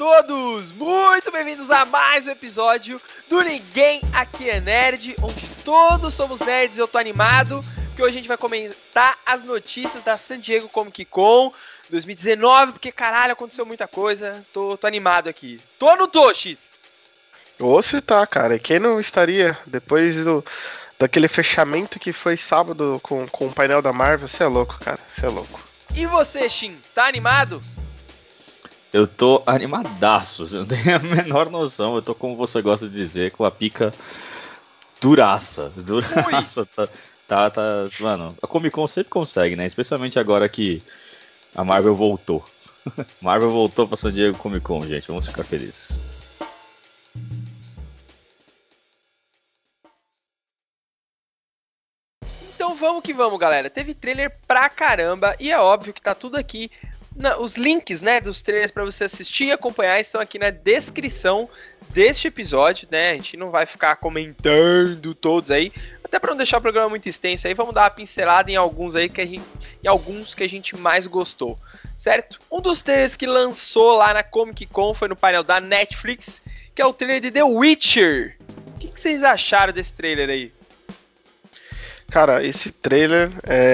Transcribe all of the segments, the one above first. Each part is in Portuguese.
todos! Muito bem-vindos a mais um episódio do Ninguém Aqui é Nerd, onde todos somos nerds. Eu tô animado, porque hoje a gente vai comentar as notícias da San Diego Comic Con 2019, porque caralho, aconteceu muita coisa. Tô animado aqui. Tô no X? Você tá, cara. E quem não estaria depois daquele fechamento que foi sábado com o painel da Marvel? Você é louco, cara. Você é louco. E você, Shin, tá animado? Eu tô animadaço, você não tem a menor noção. Eu tô, como você gosta de dizer, com a pica duraça. Tá, mano, a Comic Con sempre consegue, né? Especialmente agora que a Marvel voltou. Marvel voltou pra San Diego Comic Con, gente. Vamos ficar felizes. Então vamos que vamos, galera. Teve trailer pra caramba e é óbvio que tá tudo aqui. Os links, né, dos trailers para você assistir e acompanhar estão aqui na descrição deste episódio, né? A gente não vai ficar comentando todos aí, até para não deixar o programa muito extenso aí. Vamos dar uma pincelada em alguns aí em alguns que a gente mais gostou, certo? Um dos trailers que lançou lá na Comic Con foi no painel da Netflix, que é o trailer de The Witcher. O que vocês acharam desse trailer aí? Cara, esse trailer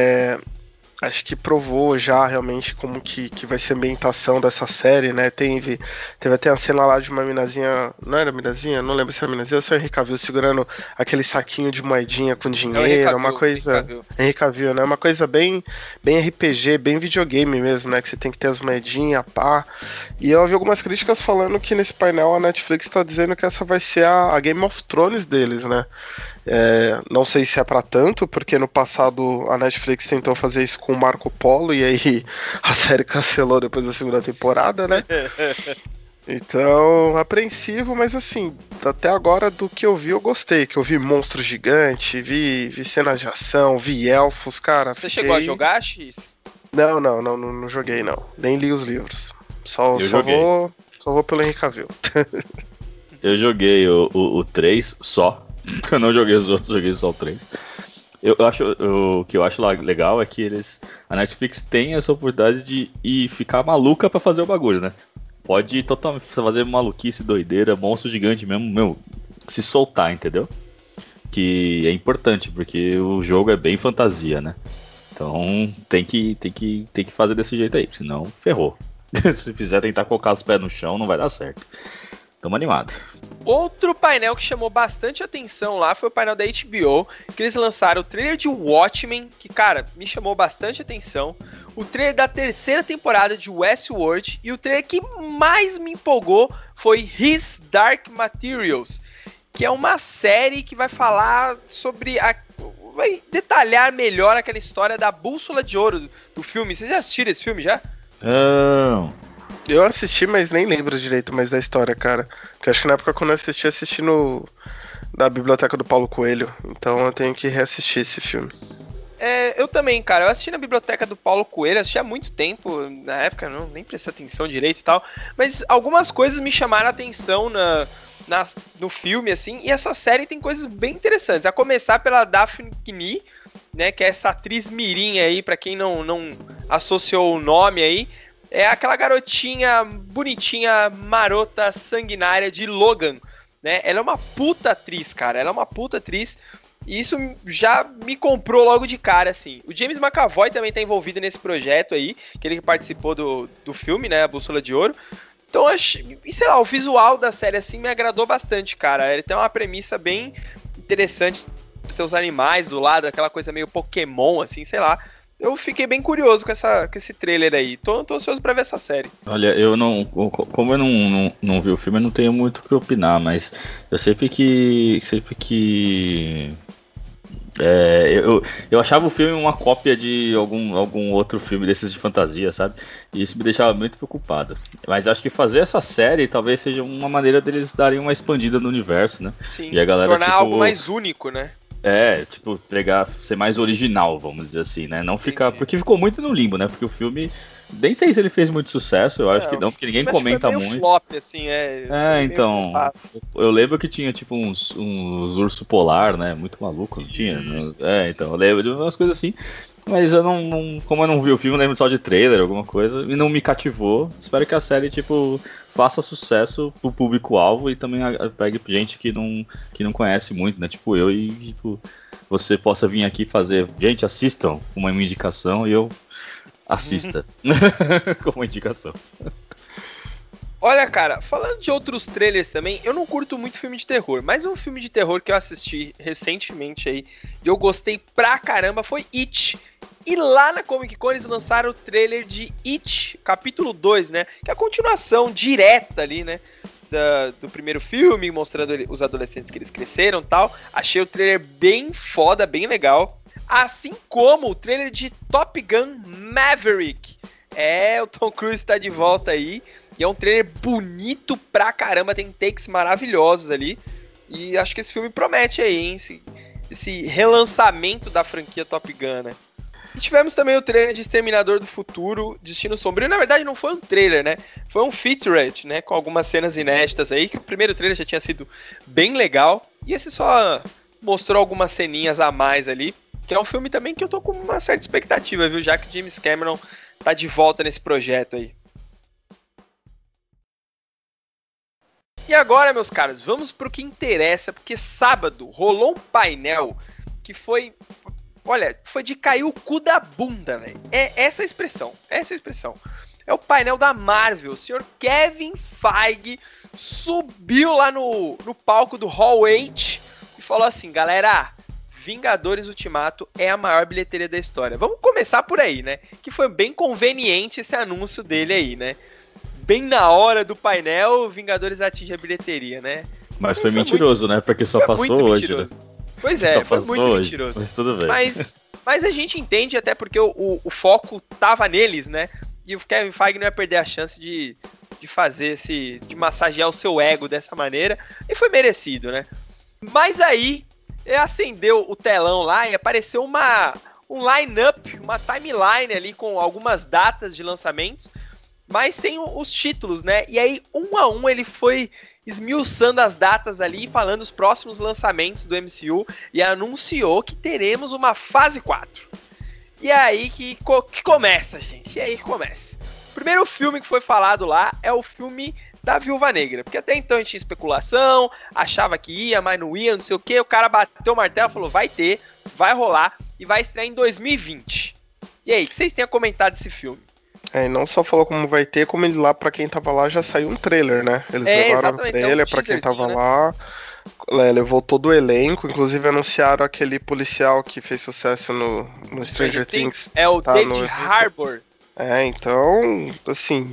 acho que provou já realmente como que vai ser a ambientação dessa série, né? Teve até a cena lá de uma minazinha. Não era minazinha? Não lembro se era minazinha ou se era Henry Cavill segurando aquele saquinho de moedinha com dinheiro. Uma coisa. Henry Cavill, né? Uma coisa bem RPG, bem videogame mesmo, né? Que você tem que ter as moedinhas, pá. E eu ouvi algumas críticas falando que nesse painel a Netflix tá dizendo que essa vai ser a Game of Thrones deles, né? Não sei se é pra tanto, porque no passado a Netflix tentou fazer isso com o Marco Polo e aí a série cancelou depois da segunda temporada, né? Então, apreensivo, mas assim, até agora do que eu vi eu gostei, que eu vi monstro gigante, vi cenas de ação, vi elfos, cara. Você chegou a jogar, X? Não joguei não, nem li os livros, só vou pelo Henry Cavill. Eu joguei o 3 só. Eu não joguei os outros, joguei só o 3. O que eu acho legal é que a Netflix tem essa oportunidade de ficar maluca pra fazer o bagulho, né? Pode totalmente fazer maluquice, doideira, monstro gigante mesmo, se soltar, entendeu? Que é importante, porque o jogo é bem fantasia, né? Então tem que fazer desse jeito aí, senão ferrou. Se fizer tentar colocar os pés no chão, não vai dar certo. Tamo animado. Outro painel que chamou bastante atenção lá foi o painel da HBO, que eles lançaram o trailer de Watchmen, que, cara, me chamou bastante atenção, o trailer da terceira temporada de Westworld, e o trailer que mais me empolgou foi His Dark Materials, que é uma série que vai falar sobre vai detalhar melhor aquela história da Bússola de Ouro do filme. Vocês já assistiram esse filme já? Eu assisti, mas nem lembro direito mais da história, cara. Porque acho que na época quando eu assisti na biblioteca do Paulo Coelho. Então eu tenho que reassistir esse filme. Eu também, cara. Eu assisti na biblioteca do Paulo Coelho, assisti há muito tempo. Na época nem prestei atenção direito e tal. Mas algumas coisas me chamaram a atenção no filme, assim. E essa série tem coisas bem interessantes. A começar pela Daphne Keane, né? Que é essa atriz mirim aí, pra quem não associou o nome aí. É aquela garotinha bonitinha, marota, sanguinária de Logan, né? Ela é uma puta atriz, cara. Ela é uma puta atriz. E isso já me comprou logo de cara, assim. O James McAvoy também tá envolvido nesse projeto aí, que ele participou do filme, né? A Bússola de Ouro. Então, sei lá, o visual da série, assim, me agradou bastante, cara. Ele tem uma premissa bem interessante. Ter os animais do lado, aquela coisa meio Pokémon, assim, sei lá. Eu fiquei bem curioso com esse trailer aí. Tô ansioso pra ver essa série. Olha, como eu não vi o filme, eu não tenho muito o que opinar, mas eu sempre que eu achava o filme uma cópia de algum outro filme desses de fantasia, sabe? E isso me deixava muito preocupado. Mas acho que fazer essa série talvez seja uma maneira deles darem uma expandida no universo, né? Sim, e a galera, tornar algo mais único, né? Ser mais original, vamos dizer assim, né? Não ficar. Porque ficou muito no limbo, né? Porque o filme Nem sei se ele fez muito sucesso, eu acho que não, porque ninguém comenta foi meio muito. Flop, assim, então. Eu lembro que tinha tipo uns urso polar, né? Muito maluco, não tinha? Então, eu lembro de umas coisas assim. Mas eu não. Como eu não vi o filme, eu lembro só de trailer, alguma coisa, e não me cativou. Espero que a série, tipo, faça sucesso pro público-alvo e também pegue gente que não conhece muito, né? Tipo eu, e tipo, você possa vir aqui fazer. Gente, assistam uma indicação e eu assista como indicação. Olha, cara, falando de outros trailers também, eu não curto muito filme de terror, mas um filme de terror que eu assisti recentemente aí e eu gostei pra caramba foi It. E lá na Comic Con eles lançaram o trailer de It, capítulo 2, né? Que é a continuação direta ali, né? Do primeiro filme, mostrando os adolescentes que eles cresceram e tal. Achei o trailer bem foda, bem legal. Assim como o trailer de Top Gun Maverick. O Tom Cruise tá de volta aí. E é um trailer bonito pra caramba, tem takes maravilhosos ali. E acho que esse filme promete aí, hein? Esse relançamento da franquia Top Gun, né? E tivemos também o trailer de Exterminador do Futuro, Destino Sombrio. Na verdade não foi um trailer, né? Foi um featurette, né? Com algumas cenas inéditas aí, que o primeiro trailer já tinha sido bem legal. E esse só mostrou algumas ceninhas a mais ali. Que é um filme também que eu tô com uma certa expectativa, viu? Já que James Cameron tá de volta nesse projeto aí. E agora, meus caros, vamos pro que interessa, porque sábado rolou um painel que foi... Olha, foi de cair o cu da bunda, velho. É essa a expressão, É o painel da Marvel. O senhor Kevin Feige subiu lá no palco do Hall H e falou assim, galera, Vingadores Ultimato é a maior bilheteria da história. Vamos começar por aí, né? Que foi bem conveniente esse anúncio dele aí, né? Bem na hora do painel, Vingadores atinge a bilheteria, né? Mas foi mentiroso, né? Porque só passou hoje, né? Pois é, foi muito hoje, mentiroso. mas tudo bem. Mas a gente entende até porque o foco tava neles, né? E o Kevin Feige não ia perder a chance de fazer de massagear o seu ego dessa maneira. E foi merecido, né? Mas aí, acendeu o telão lá e apareceu um line-up, uma timeline ali com algumas datas de lançamentos, mas sem os títulos, né? E aí, um a um, ele foi esmiuçando as datas ali e falando os próximos lançamentos do MCU e anunciou que teremos uma fase 4. E aí que começa, gente. E aí que começa. O primeiro filme que foi falado lá é o filme da Viúva Negra, porque até então a gente tinha especulação, achava que ia, mas não ia, não sei o que. O cara bateu o martelo e falou, vai ter, vai rolar e vai estrear em 2020. E aí, o que vocês têm a comentar desse filme? E não só falou como vai ter, como ele lá, pra quem tava lá, já saiu um trailer, né? Eles levaram o trailer pra quem tava lá, levou todo o elenco, inclusive anunciaram aquele policial que fez sucesso no Stranger Things. É o David Harbour. Então, assim,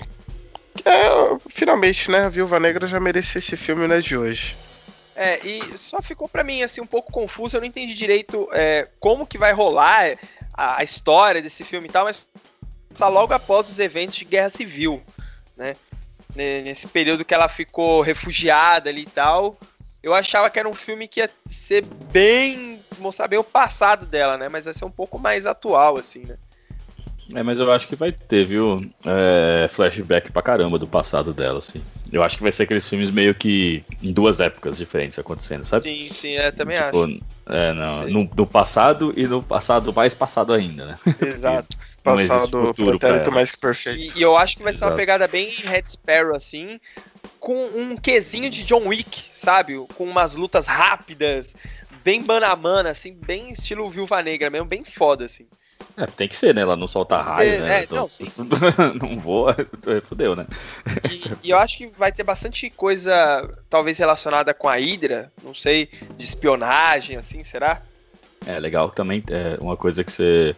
finalmente, né, a Viúva Negra já merecia esse filme, né, de hoje. E só ficou pra mim, assim, um pouco confuso, eu não entendi direito como que vai rolar a história desse filme e tal, mas logo após os eventos de Guerra Civil, né? Nesse período que ela ficou refugiada ali e tal, eu achava que era um filme que ia ser mostrar bem o passado dela, né? Mas vai ser um pouco mais atual, assim, né? Mas eu acho que vai ter, viu? Flashback pra caramba do passado dela, assim. Eu acho que vai ser aqueles filmes meio que em duas épocas diferentes acontecendo, sabe? Sim, também acho. No passado e no passado mais passado ainda, né? Exato. Passado pretérito mais que perfeito. E eu acho que vai ser uma pegada bem Red Sparrow, assim, com um quesinho de John Wick, sabe? Com umas lutas rápidas, bem mano a mano, assim, bem estilo Viúva Negra mesmo, bem foda, assim. Tem que ser, né? Ela não solta raio, né? Não, sim. Não voa, fudeu, né? E eu acho que vai ter bastante coisa, talvez relacionada com a Hydra, não sei, de espionagem, assim, será? Legal também, uma coisa que você...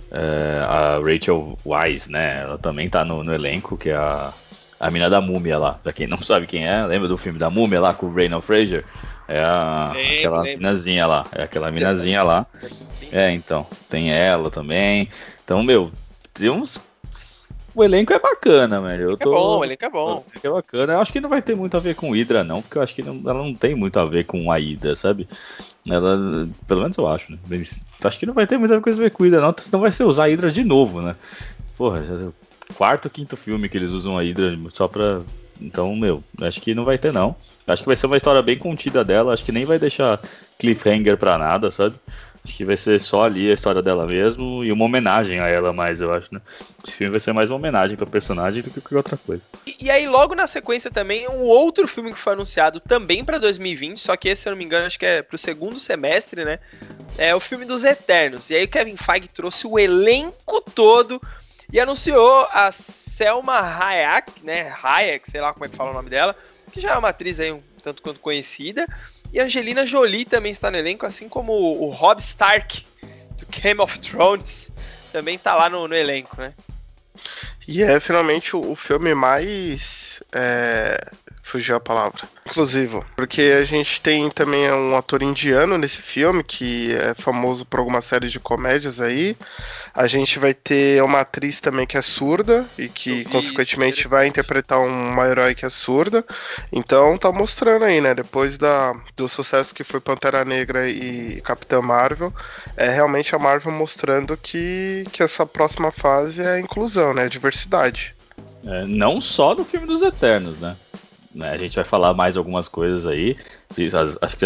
a Rachel Weisz, né? Ela também tá no elenco, que é a mina da múmia lá. Pra quem não sabe quem é, lembra do filme da múmia lá com o Brendan Fraser? Aquela minazinha lá. É aquela minazinha lá. Então, tem ela também. Então, tem uns... O elenco é bacana, velho. O elenco é bom. O elenco é bacana. Eu acho que não vai ter muito a ver com Hydra, não, porque eu acho que ela não tem muito a ver com a Hydra, sabe? Ela, pelo menos eu acho, né? Mas acho que não vai ter muita coisa a ver com Hydra, não, senão vai ser usar a Hydra de novo, né? Porra, quarto, quinto filme que eles usam a Hydra só pra... Então, acho que não vai ter, não. Acho que vai ser uma história bem contida dela, acho que nem vai deixar cliffhanger pra nada, sabe? Acho que vai ser só ali a história dela mesmo e uma homenagem a ela mais, eu acho, né? Esse filme vai ser mais uma homenagem pra personagem do que qualquer outra coisa. E aí, logo na sequência também, um outro filme que foi anunciado também pra 2020, só que esse, se eu não me engano, acho que é pro segundo semestre, né? É o filme dos Eternos. E aí o Kevin Feige trouxe o elenco todo e anunciou a Selma Hayek, né? Hayek, sei lá como é que fala o nome dela, que já é uma atriz aí um tanto quanto conhecida. E a Angelina Jolie também está no elenco, assim como o Robb Stark, do Game of Thrones, também tá lá no elenco, né? E é finalmente o filme mais... fugiu a palavra. Inclusivo. Porque a gente tem também um ator indiano nesse filme, que é famoso por alguma série de comédias aí. A gente vai ter uma atriz também que é surda, e que, consequentemente, vai interpretar uma herói que é surda. Então, tá mostrando aí, né? Depois do sucesso que foi Pantera Negra e Capitã Marvel, é realmente a Marvel mostrando que essa próxima fase é a inclusão, né? A diversidade. Não só no filme dos Eternos, né? A gente vai falar mais algumas coisas aí. Acho que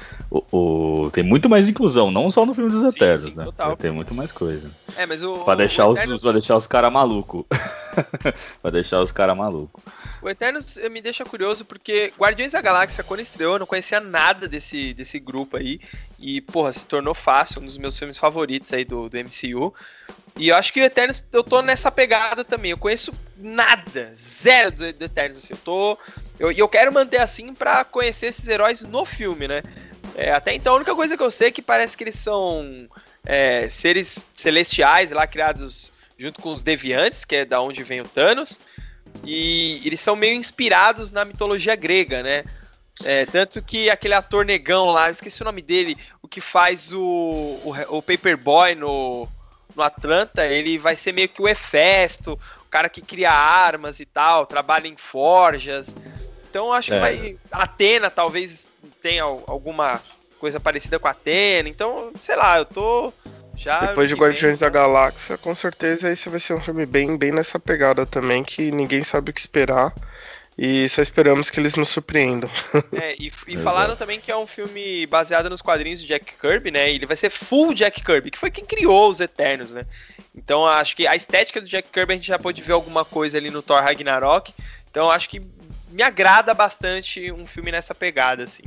tem muito mais inclusão, não só no filme dos Eternos, né? Total. Vai ter muito mais coisa. Mas pra deixar os caras malucos. Pra deixar os caras malucos. O Eternos me deixa curioso porque Guardiões da Galáxia, quando estreou, eu não conhecia nada desse grupo aí. E, porra, se tornou fácil, um dos meus filmes favoritos aí do MCU. E eu acho que o Eternos, eu tô nessa pegada também. Eu conheço nada, zero do Eternos, assim. Eu quero manter assim pra conhecer esses heróis no filme, né? Até então, a única coisa que eu sei é que parece que eles são seres celestiais lá, criados junto com os Deviantes, que é da onde vem o Thanos. E eles são meio inspirados na mitologia grega, né? Tanto que aquele ator negão lá, eu esqueci o nome dele, o que faz o Paperboy no Atlanta, ele vai ser meio que o Hefesto, o cara que cria armas e tal, trabalha em forjas. Então acho que vai... Atena talvez tenha alguma coisa parecida com a Atena. Então, sei lá, eu tô já... Depois de Guardiões da Galáxia, com certeza esse vai ser um filme bem nessa pegada também, que ninguém sabe o que esperar. E só esperamos que eles nos surpreendam. E falaram também que é um filme baseado nos quadrinhos de Jack Kirby, né? E ele vai ser full Jack Kirby, que foi quem criou os Eternos, né? Então acho que a estética do Jack Kirby a gente já pôde ver alguma coisa ali no Thor Ragnarok. Então acho que me agrada bastante um filme nessa pegada, assim.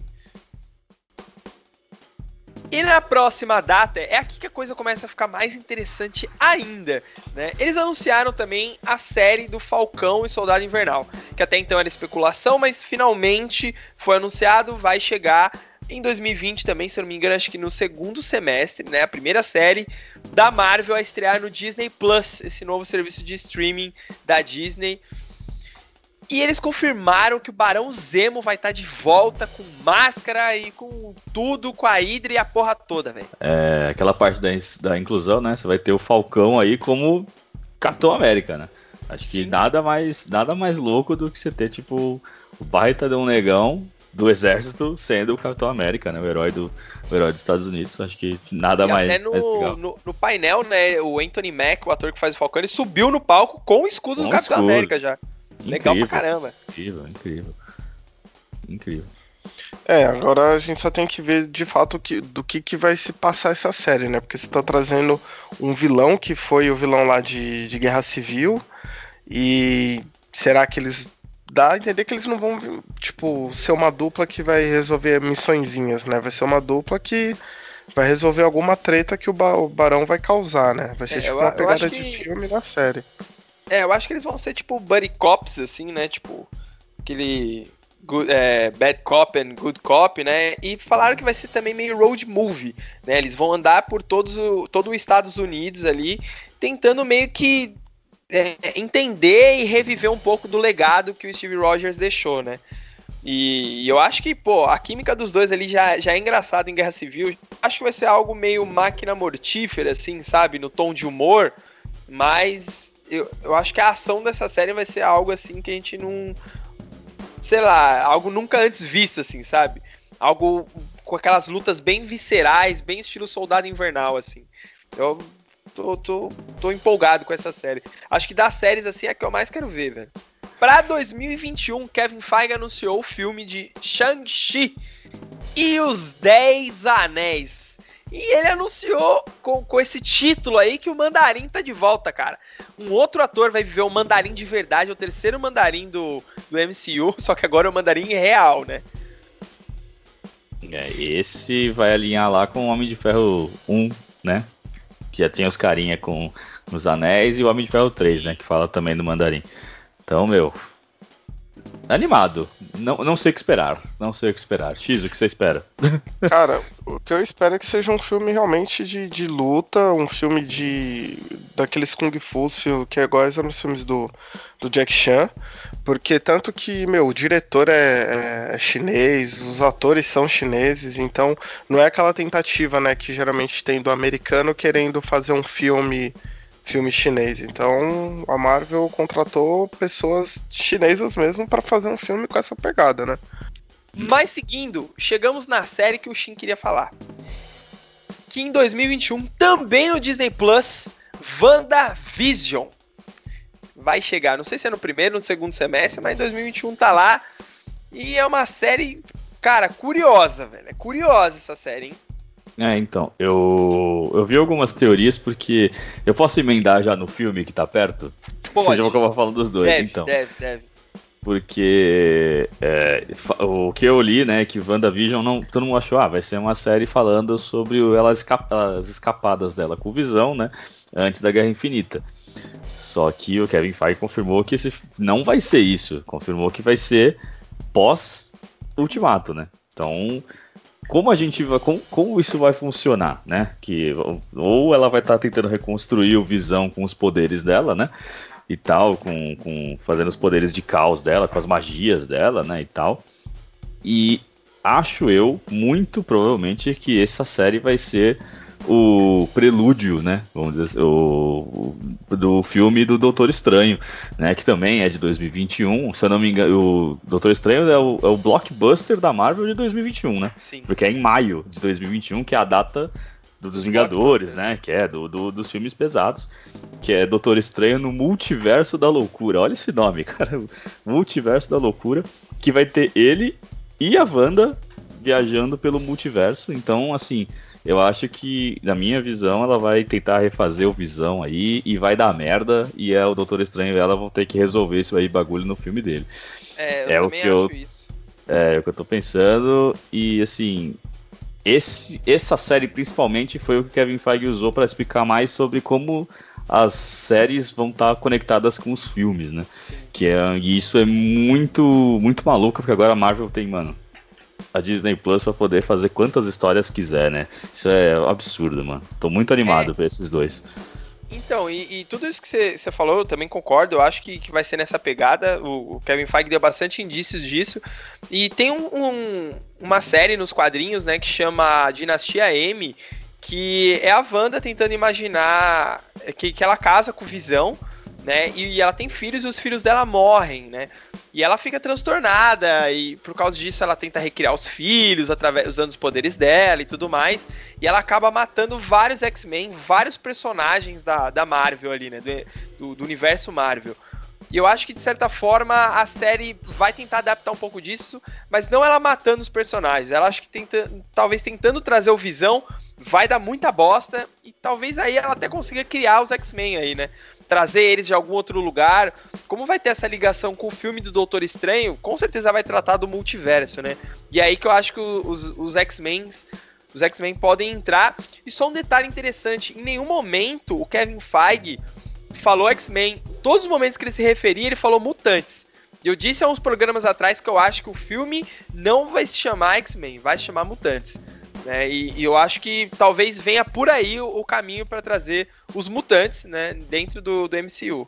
E na próxima data, é aqui que a coisa começa a ficar mais interessante ainda, né? Eles anunciaram também a série do Falcão e Soldado Invernal, que até então era especulação, mas finalmente foi anunciado, vai chegar em 2020 também, se eu não me engano, acho que no segundo semestre, né? A primeira série da Marvel a estrear no Disney Plus, esse novo serviço de streaming da Disney. E eles confirmaram que o Barão Zemo vai estar de volta com máscara e com tudo, com a Hydra e a porra toda, velho. Aquela parte da inclusão, né? Você vai ter o Falcão aí como Capitão América, né? Acho que nada mais louco do que você ter, tipo, o baita de um negão do exército sendo o Capitão América, né? O herói dos Estados Unidos. Acho que nada mais legal. No painel, né? O Anthony Mack, o ator que faz o Falcão, ele subiu no palco com o escudo do Capitão América já. Legal pra caramba. Incrível. Agora a gente só tem que ver de fato do que vai se passar essa série, né? Porque você tá trazendo um vilão que foi o vilão lá de Guerra Civil. E será que eles... Dá a entender que eles não vão, tipo, ser uma dupla que vai resolver missõezinhas, né? Vai ser uma dupla que vai resolver alguma treta que o Barão vai causar, né? Vai ser tipo uma pegada de filme na série. Eu acho que eles vão ser tipo buddy cops, assim, né? Tipo, aquele bad cop and good cop, né? E falaram que vai ser também meio road movie, né? Eles vão andar por todo os Estados Unidos ali, tentando meio que entender e reviver um pouco do legado que o Steve Rogers deixou, né? E eu acho que, a química dos dois ali já é engraçada em Guerra Civil. Acho que vai ser algo meio máquina mortífera, assim, sabe? No tom de humor, mas... Eu acho que a ação dessa série vai ser algo assim que a gente não... Sei lá, algo nunca antes visto, assim, sabe? Algo com aquelas lutas bem viscerais, bem estilo Soldado Invernal, assim. Eu tô empolgado com essa série. Acho que das séries, assim, é a que eu mais quero ver, velho. Pra 2021, Kevin Feige anunciou o filme de Shang-Chi e os 10 Anéis. E ele anunciou com esse título aí que o Mandarim tá de volta, cara. Um outro ator vai viver o Mandarim de verdade, é o terceiro Mandarim do MCU, só que agora é o Mandarim real, né? Esse vai alinhar lá com o Homem de Ferro 1, né? Que já tem os carinha com os anéis, e o Homem de Ferro 3, né? Que fala também do Mandarim. Então, animado. Não sei o que esperar. Não sei o que esperar. X, o que você espera? Cara, o que eu espero é que seja um filme realmente de luta, um filme daqueles Kung Fu, que é igual aos filmes do Jack Chan, porque tanto que, o diretor é chinês, os atores são chineses, então não é aquela tentativa, né, que geralmente tem do americano querendo fazer um filme chinês. Então a Marvel contratou pessoas chinesas mesmo para fazer um filme com essa pegada, né? Mas seguindo, chegamos na série que o Shin queria falar. Que em 2021, também no Disney Plus, WandaVision vai chegar. Não sei se é no primeiro ou no segundo semestre, mas em 2021 tá lá. E é uma série, cara, curiosa, velho. É curiosa essa série, hein? Então, eu vi algumas teorias, porque eu posso emendar já no filme que tá perto? Pode. Você já vou acabar falando dos dois, então. Deve. Porque o que eu li, né, que WandaVision, todo mundo achou, vai ser uma série falando sobre as escapadas dela com o Visão, né, antes da Guerra Infinita. Só que o Kevin Feige confirmou que não vai ser isso, confirmou que vai ser pós-Ultimato, né. Então, como isso vai funcionar, né? Que ou ela vai estar tentando reconstruir o Visão com os poderes dela, né? E tal, fazendo os poderes de caos dela, com as magias dela, né? E tal. E acho eu, muito provavelmente, que essa série vai ser o prelúdio, né? Vamos dizer assim, do filme do Doutor Estranho, né? Que também é de 2021. Se eu não me engano, o Doutor Estranho é o blockbuster da Marvel de 2021, né? Sim. Porque é em maio de 2021, que é a data dos Vingadores, né? Que é dos filmes pesados. Que é Doutor Estranho no Multiverso da Loucura. Olha esse nome, cara. Multiverso da Loucura. Que vai ter ele e a Wanda viajando pelo multiverso. Então, assim, eu acho que, na minha visão, ela vai tentar refazer o Visão aí e vai dar merda, e o Doutor Estranho e ela vão ter que resolver isso aí, bagulho, no filme dele. Eu também acho isso. É o que eu tô pensando, e assim, essa série principalmente foi o que o Kevin Feige usou pra explicar mais sobre como as séries vão estar conectadas com os filmes, né? Sim. E isso é muito, muito maluco, porque agora a Marvel tem, a Disney Plus pra poder fazer quantas histórias quiser, né? Isso é absurdo, mano. Tô muito animado pra esses dois. Então, e tudo isso que você falou, eu também concordo. Eu acho que vai ser nessa pegada. O Kevin Feige deu bastante indícios disso. E tem uma série nos quadrinhos, né, que chama Dinastia M, que é a Wanda tentando imaginar que ela casa com o Visão, né? E ela tem filhos e os filhos dela morrem, né? E ela fica transtornada e por causa disso ela tenta recriar os filhos usando os poderes dela e tudo mais. E ela acaba matando vários X-Men, vários personagens da Marvel ali, né? Do universo Marvel. E eu acho que, de certa forma, a série vai tentar adaptar um pouco disso, mas não ela matando os personagens. Ela acho que talvez tentando trazer o Visão, vai dar muita bosta, e talvez aí ela até consiga criar os X-Men aí, né? Trazer eles de algum outro lugar. Como vai ter essa ligação com o filme do Doutor Estranho, com certeza vai tratar do multiverso, né? E aí que eu acho que os X-Men podem entrar. E só um detalhe interessante, em nenhum momento o Kevin Feige falou X-Men. Todos os momentos que ele se referia, ele falou mutantes. E eu disse há uns programas atrás que eu acho que o filme não vai se chamar X-Men, vai se chamar Mutantes. Né? E eu acho que talvez venha por aí o caminho para trazer os mutantes, né, dentro do MCU.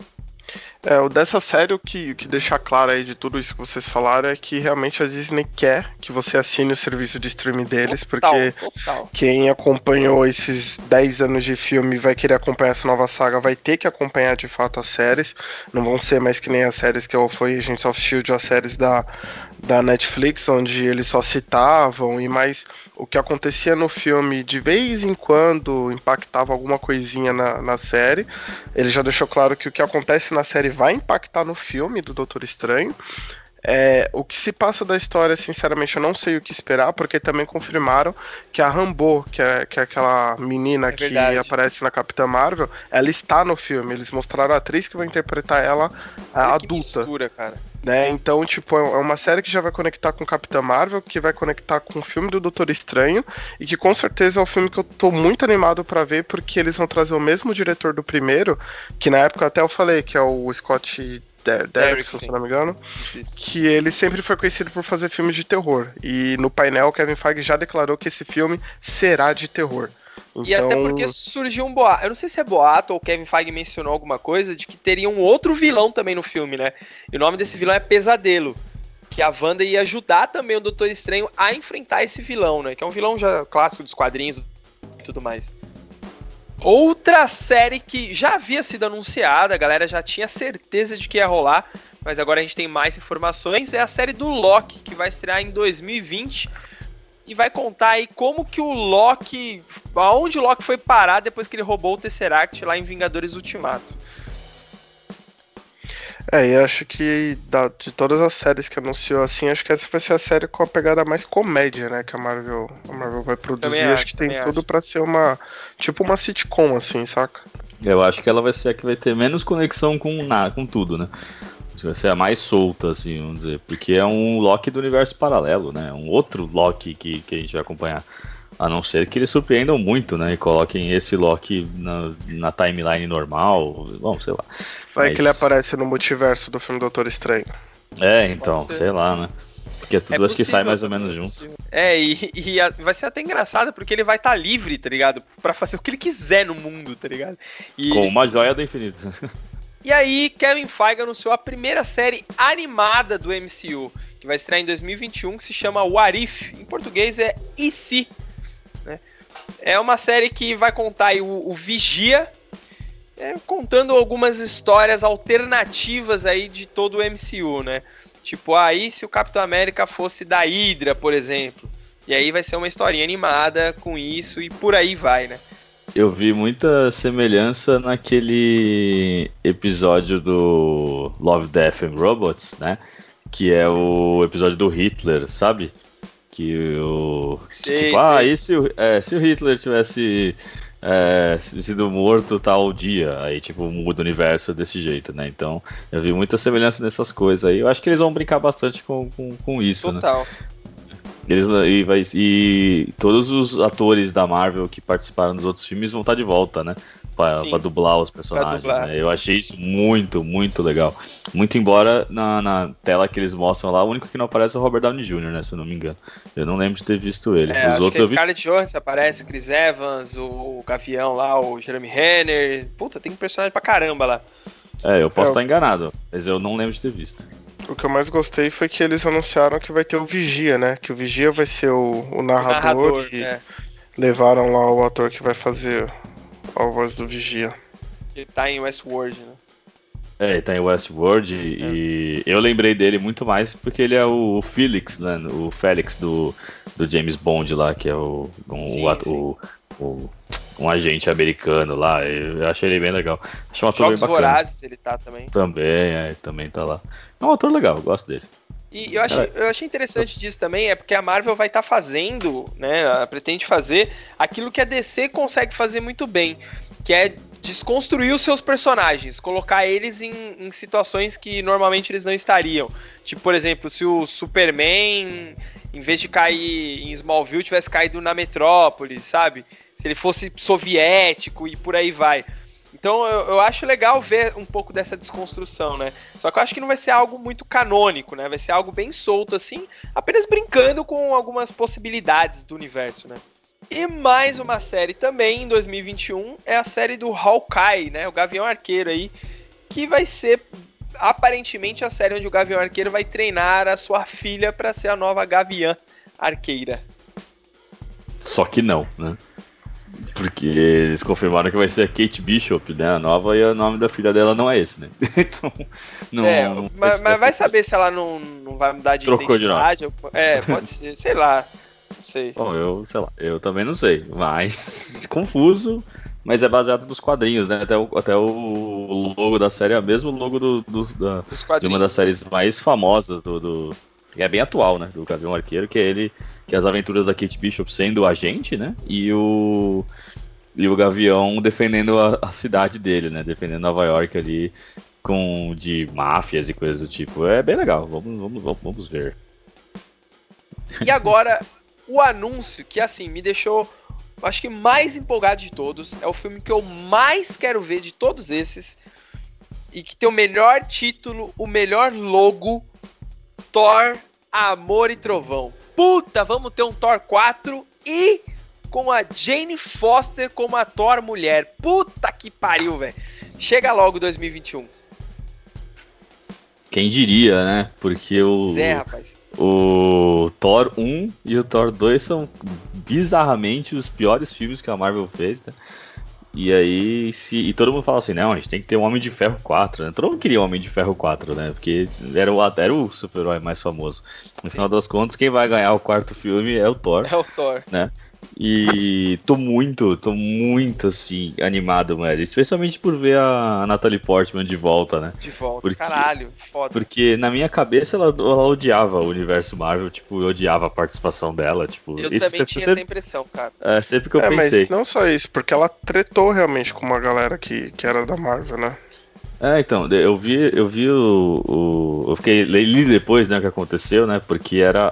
O dessa série, o que deixa claro aí de tudo isso que vocês falaram é que realmente a Disney quer que você assine o serviço de streaming deles, porque quem acompanhou esses 10 anos de filme vai querer acompanhar essa nova saga, vai ter que acompanhar de fato as séries, não vão ser mais que nem as séries que foi Agents of S.H.I.E.L.D., as séries da da Netflix, onde eles só citavam, e mais o que acontecia no filme de vez em quando impactava alguma coisinha na série. Ele já deixou claro que o que acontece na série vai impactar no filme do Doutor Estranho. O que se passa da história, sinceramente, eu não sei o que esperar, porque também confirmaram que a Rambeau, que é aquela menina que aparece na Capitã Marvel, ela está no filme. Eles mostraram a atriz que vai interpretar ela adulta. Mistura, cara. Né? Então, tipo, é uma série que já vai conectar com Capitã Marvel, que vai conectar com o filme do Doutor Estranho, e que com certeza é o filme que eu tô muito animado pra ver, porque eles vão trazer o mesmo diretor do primeiro, que na época até eu falei, que é o Scott Derrickson, se não me engano, que ele sempre foi conhecido por fazer filmes de terror. E no painel, Kevin Feige já declarou que esse filme será de terror. Então... E até porque surgiu um boato, eu não sei se é boato ou o Kevin Feige mencionou alguma coisa, de que teria um outro vilão também no filme, né? E o nome desse vilão é Pesadelo. Que a Wanda ia ajudar também o Doutor Estranho a enfrentar esse vilão, né? Que é um vilão já clássico dos quadrinhos e tudo mais. Outra série que já havia sido anunciada, a galera já tinha certeza de que ia rolar, mas agora a gente tem mais informações, é a série do Loki, que vai estrear em 2020 e vai contar aí como que o Loki, aonde o Loki foi parar depois que ele roubou o Tesseract lá em Vingadores Ultimato. E acho que de todas as séries que anunciou assim, acho que essa vai ser a série com a pegada mais comédia, né, que a Marvel vai produzir. Acho que tem tudo pra ser uma sitcom, assim, saca? Eu acho que ela vai ser a que vai ter menos conexão com tudo, né? Vai ser a mais solta, assim, vamos dizer, porque é um Loki do universo paralelo, né? Um outro Loki que a gente vai acompanhar. A não ser que eles surpreendam muito, né? E coloquem esse Loki na timeline normal. Bom, sei lá. Vai que ele aparece no multiverso do filme Doutor Estranho. Então, sei lá, né? Porque tudo acho que sai mais ou menos junto. Vai ser até engraçado porque ele vai estar livre, tá ligado? Pra fazer o que ele quiser no mundo, tá ligado? Com uma joia do infinito. E aí, Kevin Feige anunciou a primeira série animada do MCU, que vai estrear em 2021, que se chama What If. Em português é E Se? É uma série que vai contar aí o Vigia, contando algumas histórias alternativas aí de todo o MCU, né? Tipo, aí se o Capitão América fosse da Hydra, por exemplo. E aí vai ser uma historinha animada com isso e por aí vai, né? Eu vi muita semelhança naquele episódio do Love, Death and Robots, né? Que é o episódio do Hitler, sabe? Que o... e se o Hitler tivesse sido morto tal dia, aí tipo muda o universo desse jeito, né? Então eu vi muita semelhança nessas coisas aí. Eu acho que eles vão brincar bastante com isso, total, né? E todos os atores da Marvel que participaram dos outros filmes vão estar de volta, né? Pra dublar os personagens, né? Eu achei isso muito, muito legal. Muito embora na tela que eles mostram lá, o único que não aparece é o Robert Downey Jr., né? Se eu não me engano. Eu não lembro de ter visto ele. Os outros que a Scarlett Johansson aparece, Chris Evans, o Gavião lá, o Jeremy Renner. Puta, tem personagem pra caramba lá. Eu posso estar enganado, mas eu não lembro de ter visto. O que eu mais gostei foi que eles anunciaram que vai ter o Vigia, né? Que o Vigia vai ser o narrador e levaram lá o ator que vai fazer a voz do Vigia. Ele tá em Westworld, né? Ele tá em Westworld e eu lembrei dele muito mais porque ele é o Felix, né? O Félix do James Bond lá, que é um agente americano lá. Eu achei ele bem legal. Achei um ator bem bacana. Vorazes ele tá também. Também tá lá. É um ator legal, eu gosto dele. E eu achei interessante disso também, é porque a Marvel vai estar fazendo, né, ela pretende fazer aquilo que a DC consegue fazer muito bem, que é desconstruir os seus personagens, colocar eles em situações que normalmente eles não estariam. Tipo, por exemplo, se o Superman, em vez de cair em Smallville, tivesse caído na Metrópole, sabe? Se ele fosse soviético e por aí vai. Então eu acho legal ver um pouco dessa desconstrução, né? Só que eu acho que não vai ser algo muito canônico, né? Vai ser algo bem solto, assim, apenas brincando com algumas possibilidades do universo, né? E mais uma série também em 2021 é a série do Hawkeye, né? O Gavião Arqueiro aí, que vai ser aparentemente a série onde o Gavião Arqueiro vai treinar a sua filha para ser a nova Gaviã Arqueira. Só que não, né? Porque eles confirmaram que vai ser a Kate Bishop, né? A nova, e o nome da filha dela não é esse, né? Então. Mas vai saber se ela não não vai mudar de Trocou identidade. Pode ser, sei lá. Não sei. Bom, eu também não sei, mas confuso, mas é baseado nos quadrinhos, né? Até o logo da série é o mesmo logo de uma das séries mais famosas que é bem atual, né? Do Gavião Arqueiro, que é as aventuras da Kate Bishop sendo o agente, né? E o Gavião defendendo a cidade dele, né? Defendendo Nova York ali de máfias e coisas do tipo. É bem legal, vamos ver. E agora, o anúncio que, assim, me deixou, acho que mais empolgado de todos. É o filme que eu mais quero ver de todos esses. E que tem o melhor título, o melhor logo. Thor, Amor e Trovão. Puta, vamos ter um Thor 4 e com a Jane Foster como a Thor mulher. Puta que pariu, velho. Chega logo 2021. Quem diria, né? Porque rapaz. O Thor 1 e o Thor 2 são bizarramente os piores filmes que a Marvel fez, né? E aí, e todo mundo fala assim, não, a gente tem que ter um Homem de Ferro 4, né? Todo mundo queria um Homem de Ferro 4, né? Porque era o super-herói mais famoso. No final das contas, quem vai ganhar o quarto filme é o Thor. É o Thor. Né? E tô muito, assim, animado, velho. Especialmente por ver a Natalie Portman de volta, né? De volta, caralho, foda. Porque na minha cabeça ela odiava o universo Marvel, tipo, eu odiava a participação dela, tipo... Eu também tinha essa impressão, cara. É, sempre que eu pensei. Mas não só isso, porque ela tretou realmente com uma galera que era da Marvel, né? Então, eu vi eu li depois, né, o que aconteceu, né, porque era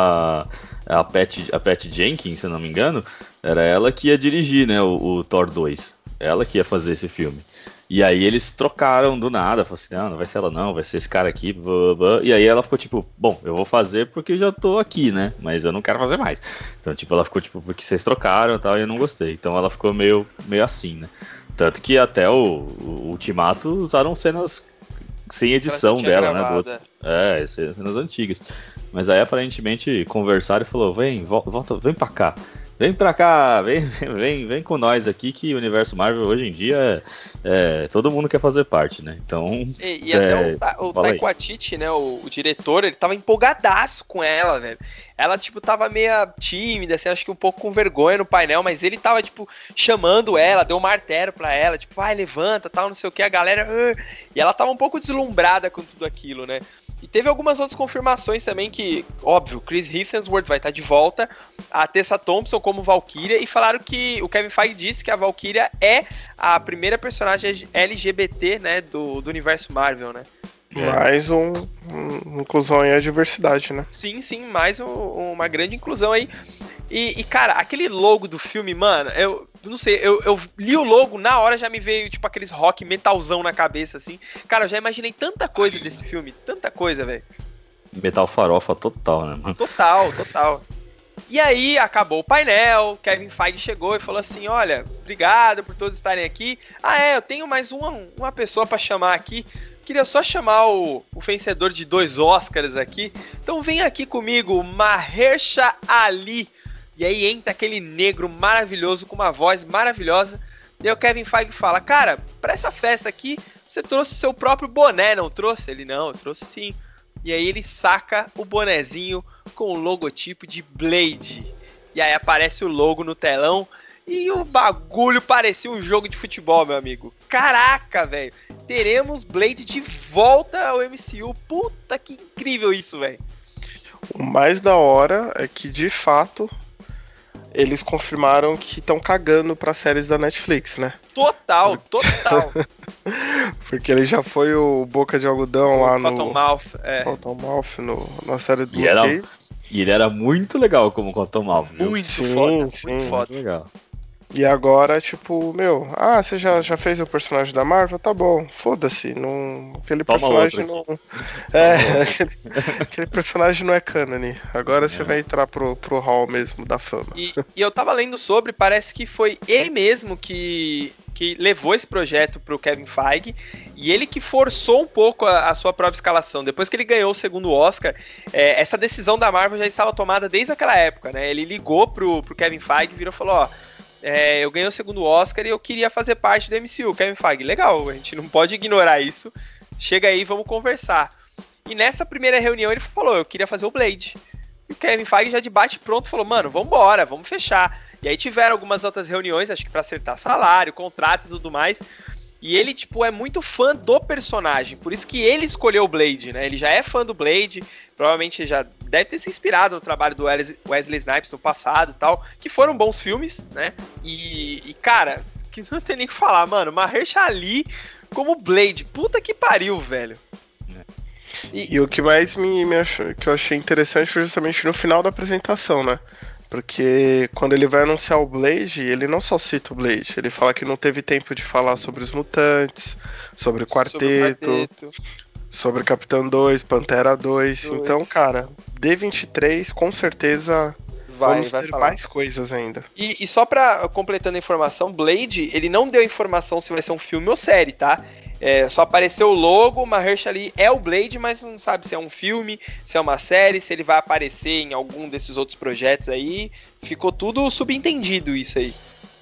a Patty Jenkins, se eu não me engano, era ela que ia dirigir, né, o Thor 2, ela que ia fazer esse filme. E aí eles trocaram do nada, falaram assim, não vai ser ela não, vai ser esse cara aqui, blá, blá. E aí ela ficou tipo, bom, eu vou fazer porque eu já tô aqui, né, mas eu não quero fazer mais. Então, tipo, ela ficou tipo, porque vocês trocaram e tal, e eu não gostei. Então ela ficou meio assim, né. Tanto que até o Ultimato usaram cenas sem edição dela, gravado, né? Cenas antigas. Mas aí aparentemente conversaram e falou: volta, vem pra cá. Vem pra cá, vem com nós aqui, que o universo Marvel hoje em dia todo mundo quer fazer parte, né? Então. E até o Taika Waititi, né? O diretor, ele tava empolgadaço com ela, velho. Ela, tipo, tava meio tímida, assim, acho que um pouco com vergonha no painel, mas ele tava, tipo, chamando ela, deu um martelo pra ela, tipo, vai, levanta, tal, não sei o que, a galera... E ela tava um pouco deslumbrada com tudo aquilo, né? E teve algumas outras confirmações também que, óbvio, Chris Hemsworth vai estar de volta, a Tessa Thompson como Valkyria, e falaram que o Kevin Feige disse que a Valkyria é a primeira personagem LGBT, né, do universo Marvel, né? Mais inclusão e a diversidade, né? Sim, mais uma grande inclusão aí. E, cara, aquele logo do filme, mano, eu não sei, eu li o logo, na hora já me veio, tipo, aqueles rock metalzão na cabeça, assim. Cara, eu já imaginei tanta coisa desse filme, tanta coisa, velho. Metal farofa total, né, mano? Total. E aí, acabou o painel, Kevin Feige chegou e falou assim, olha, obrigado por todos estarem aqui. Eu tenho mais uma pessoa pra chamar aqui. Queria só chamar o vencedor de 2 Oscars aqui. Então vem aqui comigo, Mahershala Ali. E aí entra aquele negro maravilhoso com uma voz maravilhosa. E aí o Kevin Feige fala, cara, pra essa festa aqui, você trouxe seu próprio boné, não trouxe? Ele, não, eu trouxe sim. E aí ele saca o bonezinho com o logotipo de Blade. E aí aparece o logo no telão. E o bagulho parecia um jogo de futebol, meu amigo. Caraca, velho. Teremos Blade de volta ao MCU. Puta, que incrível isso, velho. O mais da hora é que, de fato, eles confirmaram que estão cagando pra séries da Netflix, né? Total. Porque ele já foi o Boca de Algodão lá no... Cottonmouth, na série do Luke Cage. E ele era muito legal como Cottonmouth, viu? Muito foda. Muito legal. E agora, tipo, você já fez o personagem da Marvel? Tá bom, foda-se, aquele personagem não... aquele personagem não é cânone. Agora você vai entrar pro hall mesmo da fama. E eu tava lendo sobre, parece que foi ele mesmo que levou esse projeto pro Kevin Feige, e ele que forçou um pouco a sua própria escalação. Depois que ele ganhou o segundo Oscar, essa decisão da Marvel já estava tomada desde aquela época, né? Ele ligou pro Kevin Feige e virou e falou, eu ganhei o segundo Oscar e eu queria fazer parte do MCU. Kevin Feige, legal, a gente não pode ignorar isso. Chega aí, vamos conversar. E nessa primeira reunião ele falou, eu queria fazer o Blade. E o Kevin Feige já de bate pronto falou, mano, vambora, vamos fechar. E aí tiveram algumas outras reuniões, acho que pra acertar salário, contrato e tudo mais. E ele, tipo, é muito fã do personagem, por isso que ele escolheu o Blade, né? Ele já é fã do Blade, provavelmente já deve ter se inspirado no trabalho do Wesley Snipes no passado e tal, que foram bons filmes, né? E cara, que não tem nem o que falar, mano, Mahershala Ali como Blade, puta que pariu, velho. E o que mais que eu achei interessante foi justamente no final da apresentação, né? Porque quando ele vai anunciar o Blade, ele não só cita o Blade, ele fala que não teve tempo de falar sobre os mutantes, sobre o Quarteto, sobre Capitão 2, Pantera 2. Então, cara, D23 com certeza vamos ter falar mais coisas ainda. E só pra completando a informação, Blade, ele não deu informação se vai ser um filme ou série, tá? Só apareceu o logo, Mahershala Ali é o Blade, mas não sabe se é um filme, se é uma série, se ele vai aparecer em algum desses outros projetos aí. Ficou tudo subentendido isso aí.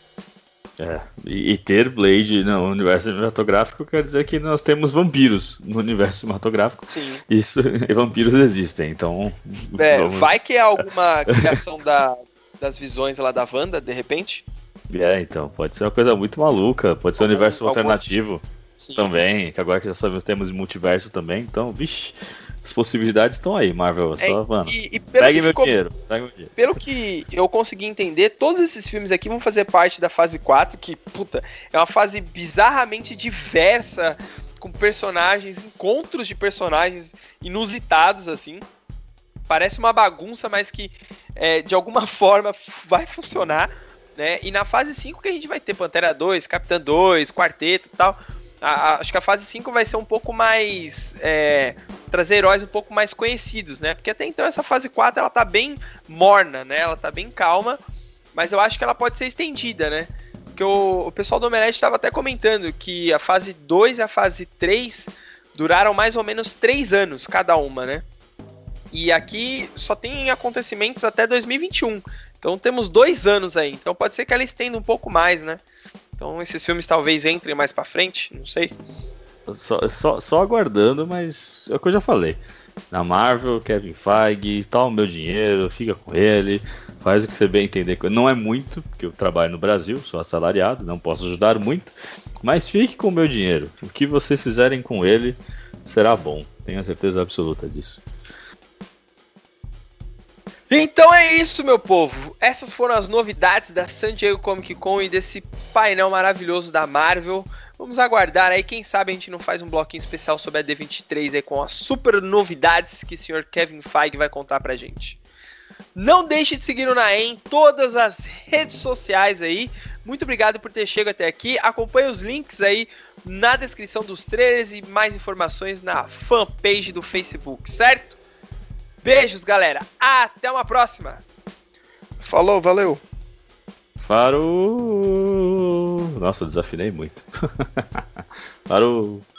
E ter Blade no universo cinematográfico quer dizer que nós temos vampiros no universo cinematográfico. Sim. Isso, e vampiros existem, então... Vai que é alguma criação das visões lá da Wanda, de repente? Então, pode ser uma coisa muito maluca, pode ser um universo alternativo. Sim. Também, que agora que já sabemos, temos multiverso também, então, vixe, as possibilidades estão aí, Marvel, só, mano, pegue meu dinheiro. Pelo que eu consegui entender, todos esses filmes aqui vão fazer parte da fase 4, que, puta, é uma fase bizarramente diversa, com personagens, encontros de personagens inusitados, assim, parece uma bagunça, mas que, de alguma forma, vai funcionar, né, e na fase 5 que a gente vai ter Pantera 2, Capitã 2, Quarteto e tal... Acho que a fase 5 vai ser um pouco mais... trazer heróis um pouco mais conhecidos, né? Porque até então essa fase 4 ela tá bem morna, né? Ela tá bem calma, mas eu acho que ela pode ser estendida, né? Porque o pessoal do Omelete estava até comentando que a fase 2 e a fase 3 duraram mais ou menos 3 anos cada uma, né? E aqui só tem acontecimentos até 2021. Então temos 2 anos aí. Então pode ser que ela estenda um pouco mais, né? Então esses filmes talvez entrem mais pra frente, não sei. Só aguardando, mas é o que eu já falei. Na Marvel, Kevin Feige, tá o meu dinheiro, fica com ele, faz o que você bem entender. Não é muito, porque eu trabalho no Brasil, sou assalariado, não posso ajudar muito, mas fique com o meu dinheiro. O que vocês fizerem com ele será bom, tenho certeza absoluta disso. Então é isso, meu povo. Essas foram as novidades da San Diego Comic Con e desse painel maravilhoso da Marvel. Vamos aguardar aí, quem sabe a gente não faz um bloquinho especial sobre a D23 aí com as super novidades que o senhor Kevin Feige vai contar pra gente. Não deixe de seguir o Naem em todas as redes sociais aí. Muito obrigado por ter chegado até aqui. Acompanhe os links aí na descrição dos trailers e mais informações na fanpage do Facebook, certo? Beijos, galera. Até uma próxima. Falou, valeu. Farou. Nossa, desafinei muito. Farou.